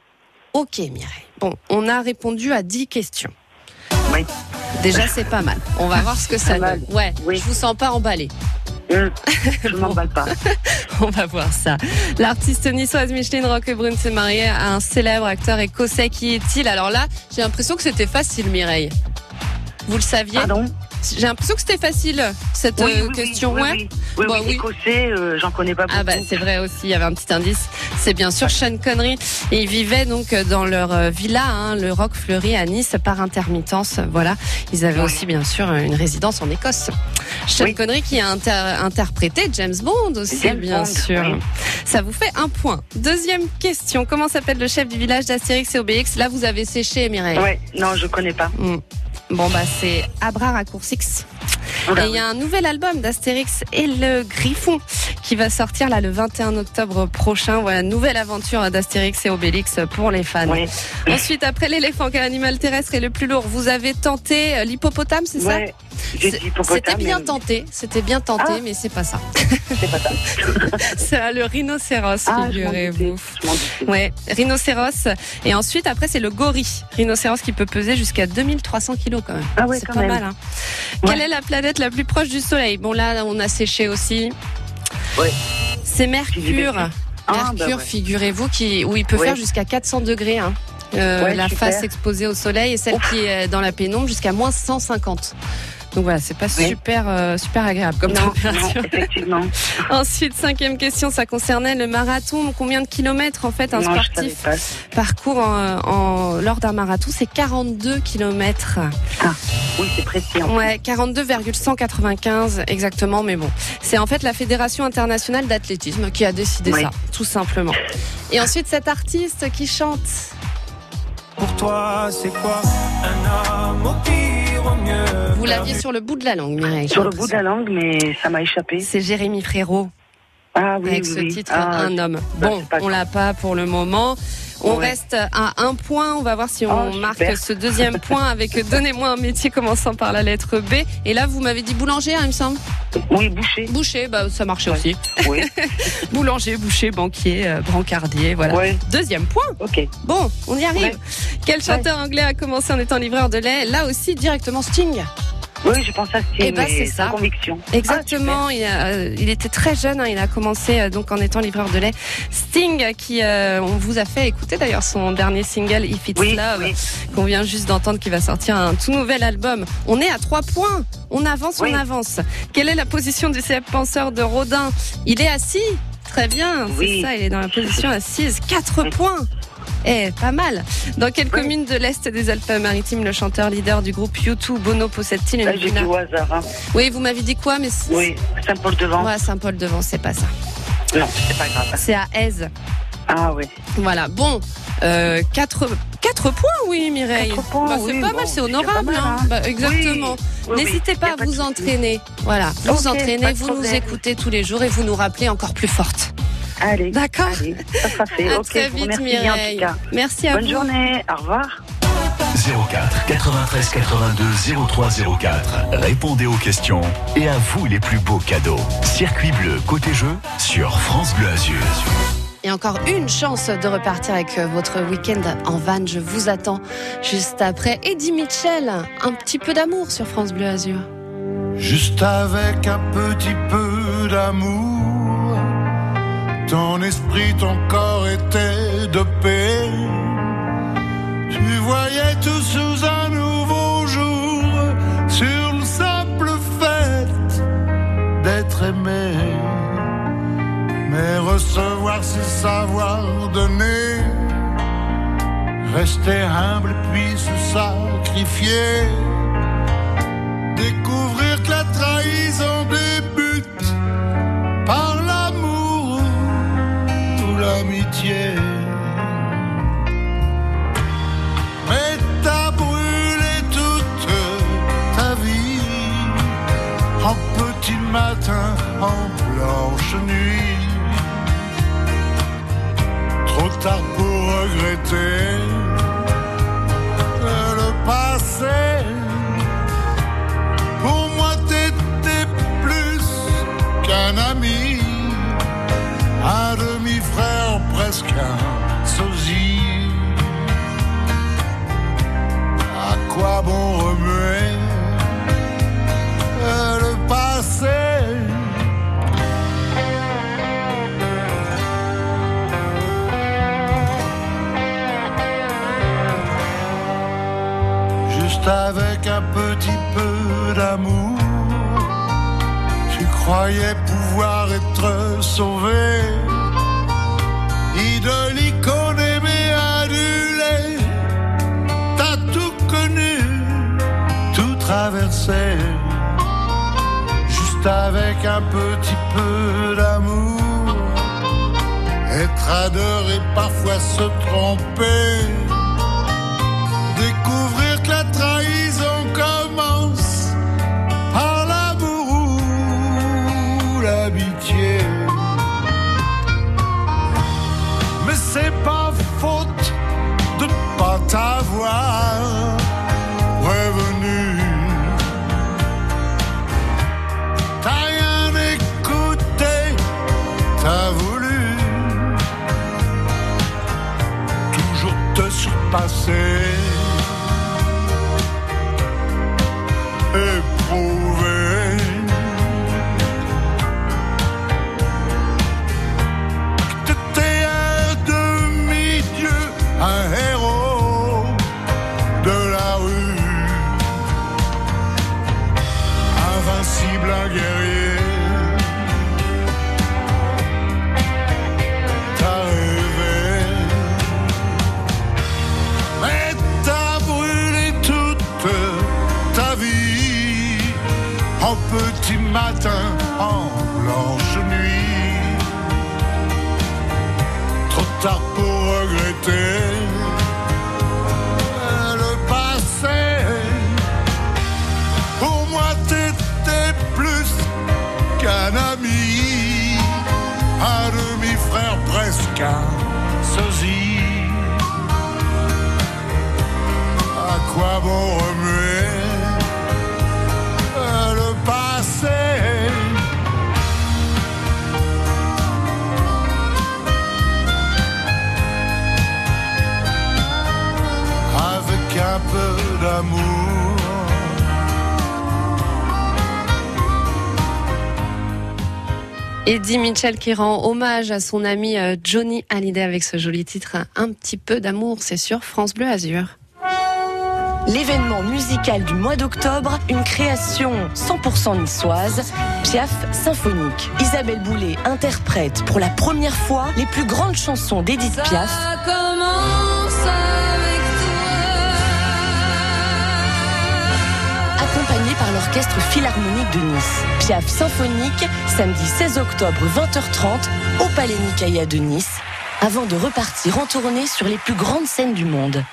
Ok Mireille. Bon, on a répondu à dix questions. Oui. Déjà c'est pas mal. On va voir ce que ça donne. Ouais, oui. Je vous sens pas emballé. Mmh, je m'emballe pas. On va voir ça. L'artiste niçoise Micheline Roquebrune s'est mariée à un célèbre acteur écossais. Qui est-il? Alors là, j'ai l'impression que c'était facile Mireille. Vous le saviez? Pardon? J'ai l'impression que c'était facile, cette oui, euh, oui, question. Oui, ouais. oui, oui, bon, oui, oui. Écossais, euh, j'en connais pas beaucoup. Ah bah c'est vrai aussi, il y avait un petit indice. C'est bien sûr Sean Connery. Et ils vivaient donc dans leur villa, hein, le Roc Fleuri à Nice, par intermittence. Voilà. Ils avaient aussi bien sûr une résidence en Écosse. Sean oui. Connery qui a inter- interprété James Bond aussi, James bien Bond, sûr. Oui. Ça vous fait un point. Deuxième question. Comment s'appelle le chef du village d'Astérix et Obélix? Là, vous avez séché, Mireille. Ouais, non, je connais pas. Mmh. Bon bah c'est Abra Raccourcix. Et il y a un nouvel album d'Astérix et le Griffon qui va sortir là le vingt et un octobre prochain. Voilà, nouvelle aventure d'Astérix et Obélix pour les fans. Oui. Ensuite, après l'éléphant, quel animal terrestre est le plus lourd? Vous avez tenté l'hippopotame, c'est ça? Ouais, j'ai dit hippopotame. C'était bien mais... tenté, c'était bien tenté, ah. mais c'est pas ça. C'est pas ça. C'est le rhinocéros, ah, figurez-vous. Ouais, rhinocéros. Et ensuite, après, c'est le gorille. Rhinocéros qui peut peser jusqu'à deux mille trois cents kilos quand même. Ah ouais, c'est quand pas même. mal. Hein. Ouais. Quelle est la planète la plus proche du Soleil? Bon, là, on a séché aussi. Ouais. C'est Mercure. Ah, Mercure, bah ouais. figurez-vous, qui, où il peut ouais. faire jusqu'à quatre cents degrés. Hein. Euh, ouais, la super. face exposée au soleil et celle Ouf. qui est dans la pénombre jusqu'à moins cent cinquante. Donc voilà, c'est pas oui. super, euh, super agréable comme non, température. Non, effectivement. Ensuite, cinquième question, ça concernait le marathon. Combien de kilomètres en fait un non, sportif parcourt en, en, lors d'un marathon? C'est quarante-deux kilomètres. Ah, oui, c'est précis. En ouais, quarante-deux virgule cent quatre-vingt-quinze exactement. Mais bon, c'est en fait la Fédération internationale d'athlétisme qui a décidé oui. ça, tout simplement. Et ensuite, cet artiste qui chante. Pour toi, c'est quoi un homme au pire, au mieux? Vous l'aviez sur le bout de la langue, Mireille. Sur le bout de la langue, mais ça m'a échappé. C'est Jérémy Frérot. Ah oui, avec oui, ce oui. titre, ah, Un homme. Bah, bon, on l'a pas pour le moment. On Ouais. reste à un point. On va voir si on Oh, marque super. ce deuxième point avec Donnez-moi un métier commençant par la lettre B. Et là, vous m'avez dit boulanger, hein, il me semble. Oui, boucher. Boucher, bah, ça marchait Ouais. aussi. Oui. Boulanger, boucher, banquier, euh, brancardier, voilà. Ouais. Deuxième point. Ok. Bon, on y arrive. Ouais. Quel chanteur anglais a commencé en étant livreur de lait? Là aussi, directement Sting. Oui, je pense à Sting, Eh ben, mais c'est sans ça. conviction. Exactement. il, a, euh, il était très jeune. Hein, il a commencé euh, donc en étant livreur de lait. Sting, qui euh, on vous a fait écouter d'ailleurs son dernier single If It's Oui, Love, oui. qu'on vient juste d'entendre, qui va sortir un tout nouvel album. On est à trois points. On avance, Oui. on avance. Quelle est la position du célèbre penseur de Rodin? Il est assis. Très bien. Oui. C'est ça. Il est dans la position assise. Quatre points. Eh, pas mal. Dans quelle commune de l'Est des Alpes-Maritimes le chanteur leader du groupe U deux, Bono, possède-t-il une Là, j'ai villa? dit au hasard. Hein. Oui, vous m'avez dit quoi, mais c'est- Oui, Saint-Paul-de-Vence. Ouais, Saint-Paul-de-Vence, c'est pas ça. Non, c'est pas grave. C'est à Aise. Ah oui. Voilà. Bon, euh, quatre, quatre points, oui, Mireille. Quatre points, Bah, c'est oui, pas bon, mal, c'est c'est honorable. pas mal, hein. hein. Bah, exactement. Oui, oui, N'hésitez oui, pas y a à pas vous de souci. entraîner. Voilà, vous Ok, vous entraînez, pas de vous nous problème. écoutez tous les jours et vous nous rappelez encore plus forte. Allez. D'accord. Allez, ça sera fait. À Ok, très je vous vite, remercie bien, en Mireille. tout cas. Merci à Bonne vous. journée. Au revoir. zéro quatre quatre-vingt-treize quatre-vingt-deux zéro trois zéro quatre. Répondez aux questions et à vous les plus beaux cadeaux. Circuit bleu côté jeu sur France Bleu Azur. Et encore une chance de repartir avec votre week-end en van. Je vous attends juste après Eddie Mitchell. Un petit peu d'amour sur France Bleu Azur. Juste avec un petit peu d'amour, ton esprit, ton corps était dopé. Tu voyais tout sous un nouveau jour, sur le simple fait d'être aimé. Mais recevoir, c'est savoir donner, rester humble puis se sacrifier. Découvrir que la trahison débute par l'amour ou l'amitié. Mais t'as brûlé toute ta vie en petit matin, en blanche nuit. Trop tard pour regretter le passé. Pour moi t'étais plus qu'un ami, un demi-frère, presque un sosie. À quoi bon remuer le passé? Juste avec un petit peu d'amour, tu croyais pouvoir être sauvé. Idole, icône, aimé, adulé, t'as tout connu, tout traversé. Juste avec un petit peu d'amour, être adoré, parfois se tromper. Découvrir que la trahison commence par l'amour ou l'amitié. Mais c'est pas faute de ne pas t'avoir prévenu. T'as rien écouté, t'as voulu toujours te surpasser. Éprouver que t'étais un demi-dieu, un héros de la rue, invincible, un guerrier. T'as rêvé, mais t'as brûlé toute ta vie en petit matin, en blanche nuit. Trop tard pour regretter le passé. Pour moi t'étais plus qu'un ami, un demi-frère, presque un sosie. bon remuer le passé. Avec un peu d'amour. Eddie Mitchell qui rend hommage à son ami Johnny Hallyday avec ce joli titre Un petit peu d'amour, c'est sur France Bleu Azur. L'événement musical du mois d'octobre, une création cent pour cent niçoise, Piaf symphonique. Isabelle Boulay interprète pour la première fois les plus grandes chansons d'Edith Piaf. Ça commence avec Accompagné par l'Orchestre Philharmonique de Nice. Piaf symphonique, samedi seize octobre, vingt heures trente, au Palais Nicaïa de Nice, avant de repartir en tournée sur les plus grandes scènes du monde.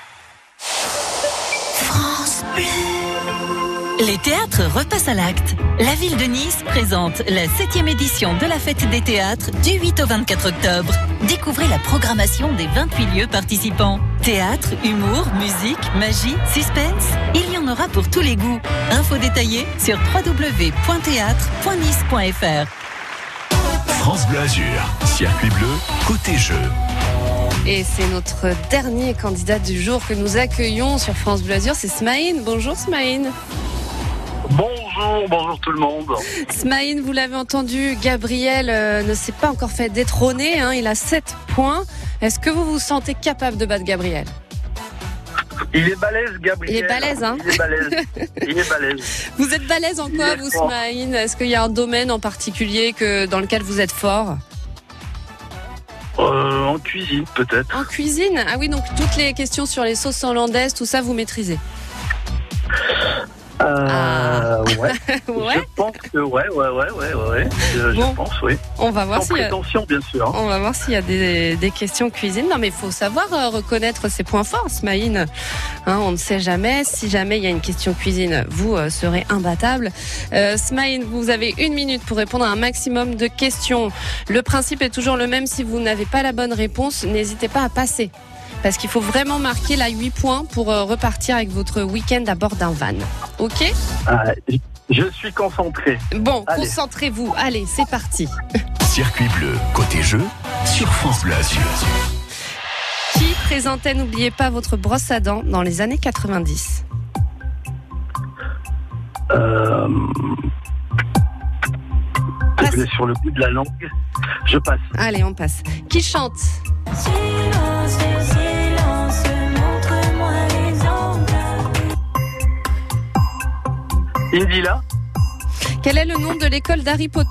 France Bleu. Les théâtres repassent à l'acte. La ville de Nice présente la septième édition de la fête des théâtres du huit au vingt-quatre octobre. Découvrez la programmation des vingt-huit lieux participants. Théâtre, humour, musique, magie, suspense, il y en aura pour tous les goûts. Infos détaillées sur w w w point théâtre point nice point f r. France Bleu Azur, circuit bleu, côté jeu. Et c'est notre dernier candidat du jour que nous accueillons sur France Bleu Azur, c'est Smaïn. Bonjour Smaïn. Bonjour, bonjour tout le monde. Smaïn, vous l'avez entendu, Gabriel euh, ne s'est pas encore fait détrôner, hein, il a sept points. Est-ce que vous vous sentez capable de battre Gabriel ? Il est balèze, Gabriel. Il est balèze, hein ? Il est balèze. Il est balèze. Vous êtes balèze en quoi, vous, Smaïn ? Est-ce qu'il y a un domaine en particulier que, dans lequel vous êtes fort ? euh, En cuisine, peut-être. En cuisine ? Ah oui, donc toutes les questions sur les sauces hollandaises, tout ça, vous maîtrisez ? Euh, ah. ouais. ouais. Je pense que ouais, ouais, ouais, ouais, ouais. Je, bon. je pense, oui. On va voir Sans s'il y a... prétention, bien sûr. On va voir s'il y a des, des questions cuisine. Non, mais il faut savoir euh, reconnaître ses points forts, Smaïn. Hein, on ne sait jamais. Si jamais il y a une question cuisine, vous euh, serez imbattable. Euh, Smaïn, vous avez une minute pour répondre à un maximum de questions. Le principe est toujours le même. Si vous n'avez pas la bonne réponse, n'hésitez pas à passer. Parce qu'il faut vraiment marquer là huit points pour repartir avec votre week-end à bord d'un van. Ok ? ah, Je suis concentré. Bon, Allez. Concentrez-vous. Allez, c'est parti. Circuit bleu, côté jeu, sur France Bleu Azur. Qui présentait N'oubliez pas votre brosse à dents dans les années quatre-vingt-dix ? Euh... Je l'ai sur le bout de la langue. Je passe. Allez, on passe. Qui chante ? Silence, silence, montre-moi les angles. Indila. Quel est le nom de l'école d'Harry Potter ?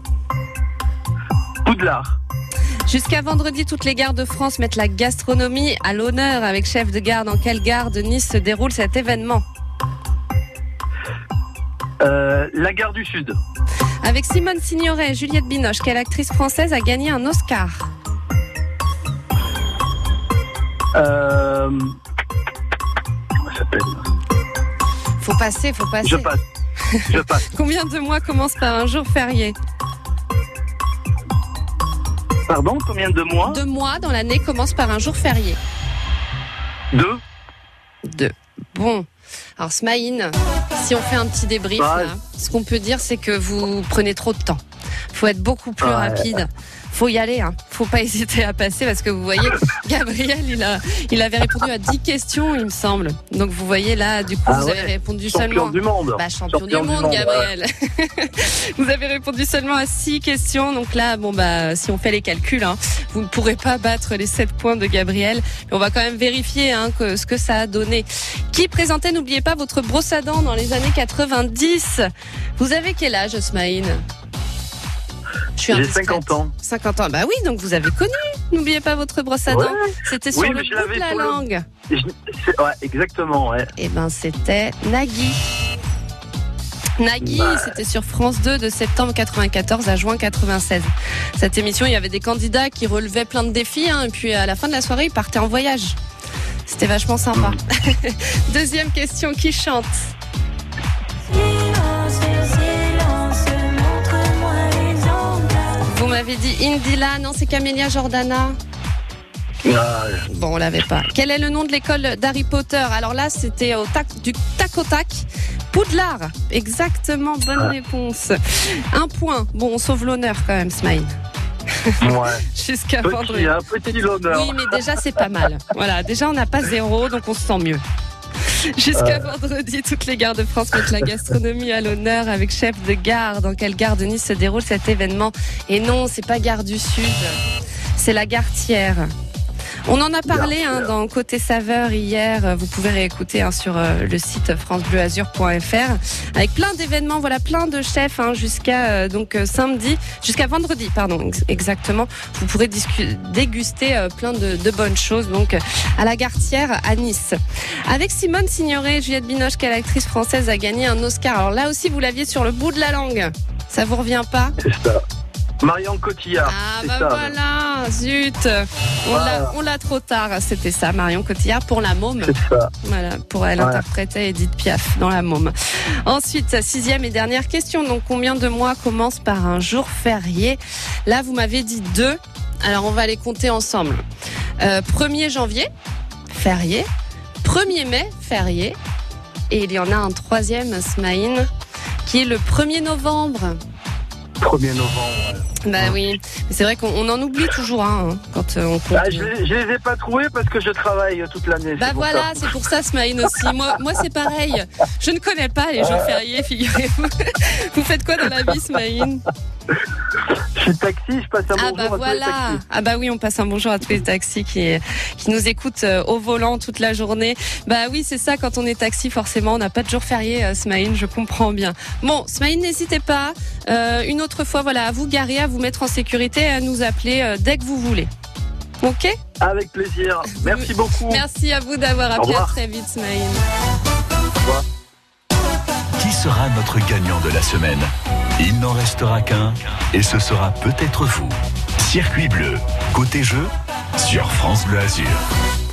Poudlard. Jusqu'à vendredi, toutes les gares de France mettent la gastronomie à l'honneur. Avec chef de gare, dans quelle gare de Nice se déroule cet événement ? euh, La gare du Sud. Avec Simone Signoret et Juliette Binoche, quelle actrice française a gagné un Oscar ? Euh... Comment ça s'appelle ? Faut passer, faut passer. Je passe. Je passe. Combien de mois commence par un jour férié ? Pardon, combien de mois ? Deux mois dans l'année commencent par un jour férié. Deux. Deux. Bon. Alors Smaïn, si on fait un petit débrief, ouais. là, ce qu'on peut dire, c'est que vous prenez trop de temps. Faut être beaucoup plus ouais. rapide. Faut y aller, hein. Faut pas hésiter à passer parce que vous voyez, Gabriel, il a, il avait répondu à dix questions, il me semble. Donc vous voyez là, du coup, ah vous ouais. avez répondu champion seulement. Du monde. Bah, champion, champion du monde, du monde, Gabriel. Ouais. Vous avez répondu seulement à six questions. Donc là, bon bah, si on fait les calculs, hein, vous ne pourrez pas battre les sept points de Gabriel. Mais on va quand même vérifier hein, que, ce que ça a donné. Qui présentait, n'oubliez pas, votre brosse à dents dans les années quatre-vingt-dix. Vous avez quel âge, Smaïn ? J'ai cinquante ans. cinquante ans, bah oui, donc vous avez connu. N'oubliez pas votre brosse à dents. Ouais. C'était sur oui, le bout de la langue. Le... Je... Ouais, exactement, ouais. Et ben, c'était Nagui. Nagui, bah... c'était sur France deux de septembre quatre-vingt-quatorze à juin quatre-vingt-seize. Cette émission, il y avait des candidats qui relevaient plein de défis, hein, et puis à la fin de la soirée, ils partaient en voyage. C'était vachement sympa. Mmh. Deuxième question, qui chante ? Vous m'avez dit Indila, non, c'est Camélia Jordana. Ah, Bon, on l'avait pas. Quel est le nom de l'école d'Harry Potter? Alors là, c'était au tac, du tac au tac. Poudlard. Exactement, bonne Ah. réponse. Un point. Bon, on sauve l'honneur quand même, Smile. Ouais. Jusqu'à Petit, vendredi. hein, petit l'honneur. Oui, mais déjà, c'est pas mal. Voilà, déjà, on n'a pas zéro, donc on se sent mieux. Jusqu'à Euh. vendredi, toutes les gares de France mettent la gastronomie à l'honneur avec chef de gare. Dans quelle gare de Nice se déroule cet événement? Et non, c'est pas Gare du Sud, c'est la Gartière. On en a parlé hein, dans Côté Saveur hier. Vous pouvez réécouter hein, sur euh, le site france bleu azur point f r avec plein d'événements. Voilà, plein de chefs hein, jusqu'à euh, donc euh, samedi, jusqu'à vendredi, pardon, ex- exactement. Vous pourrez discu- déguster euh, plein de, de bonnes choses donc euh, à la Gartière à Nice. Avec Simone Signoret, Juliette Binoche, quelle actrice française a gagné un Oscar? Alors là aussi, vous l'aviez sur le bout de la langue. Ça vous revient pas? C'est ça. Marion Cotillard. Ah c'est bah ça. voilà, zut, on Voilà. l'a, on l'a trop tard. C'était ça, Marion Cotillard pour La Môme. C'est ça. Voilà, pour elle Ouais. interprétait Edith Piaf dans La Môme. Ensuite, sixième et dernière question. Donc, combien de mois commence par un jour férié? Là, vous m'avez dit deux. Alors, on va les compter ensemble. Euh, premier janvier, férié. premier mai, férié. Et il y en a un troisième, Smaïn, qui est le premier novembre. premier novembre. ouais. Bah oui, mais c'est vrai qu'on on en oublie toujours hein, quand euh, on compte. Ah, je, les- je les ai pas trouvés parce que je travaille euh, toute l'année. Bah c'est pour voilà, ça. c'est pour ça Smaïn aussi. Moi, moi c'est pareil. Je ne connais pas les jours fériés, figurez-vous. Vous faites quoi dans la vie, Smaïn? Je suis taxi, je passe un Ah bonjour bah à tous les voilà. taxis. Ah bah oui, on passe un bonjour à tous les taxis qui, qui nous écoutent euh, au volant toute la journée. Bah oui, c'est ça, quand on est taxi, forcément, on n'a pas de jour férié, euh, Smaïn, je comprends bien. Bon, Smaïn, n'hésitez pas. Euh, une autre fois, voilà, à vous garer, à vous mettre en sécurité et à nous appeler euh, dès que vous voulez. Ok? Avec plaisir. Merci beaucoup. Merci à vous d'avoir Au appelé. À revoir. très vite, Smaïn. Qui sera notre gagnant de la semaine? Il n'en restera qu'un et ce sera peut-être vous. Circuit bleu, côté jeu, sur France Bleu Azur.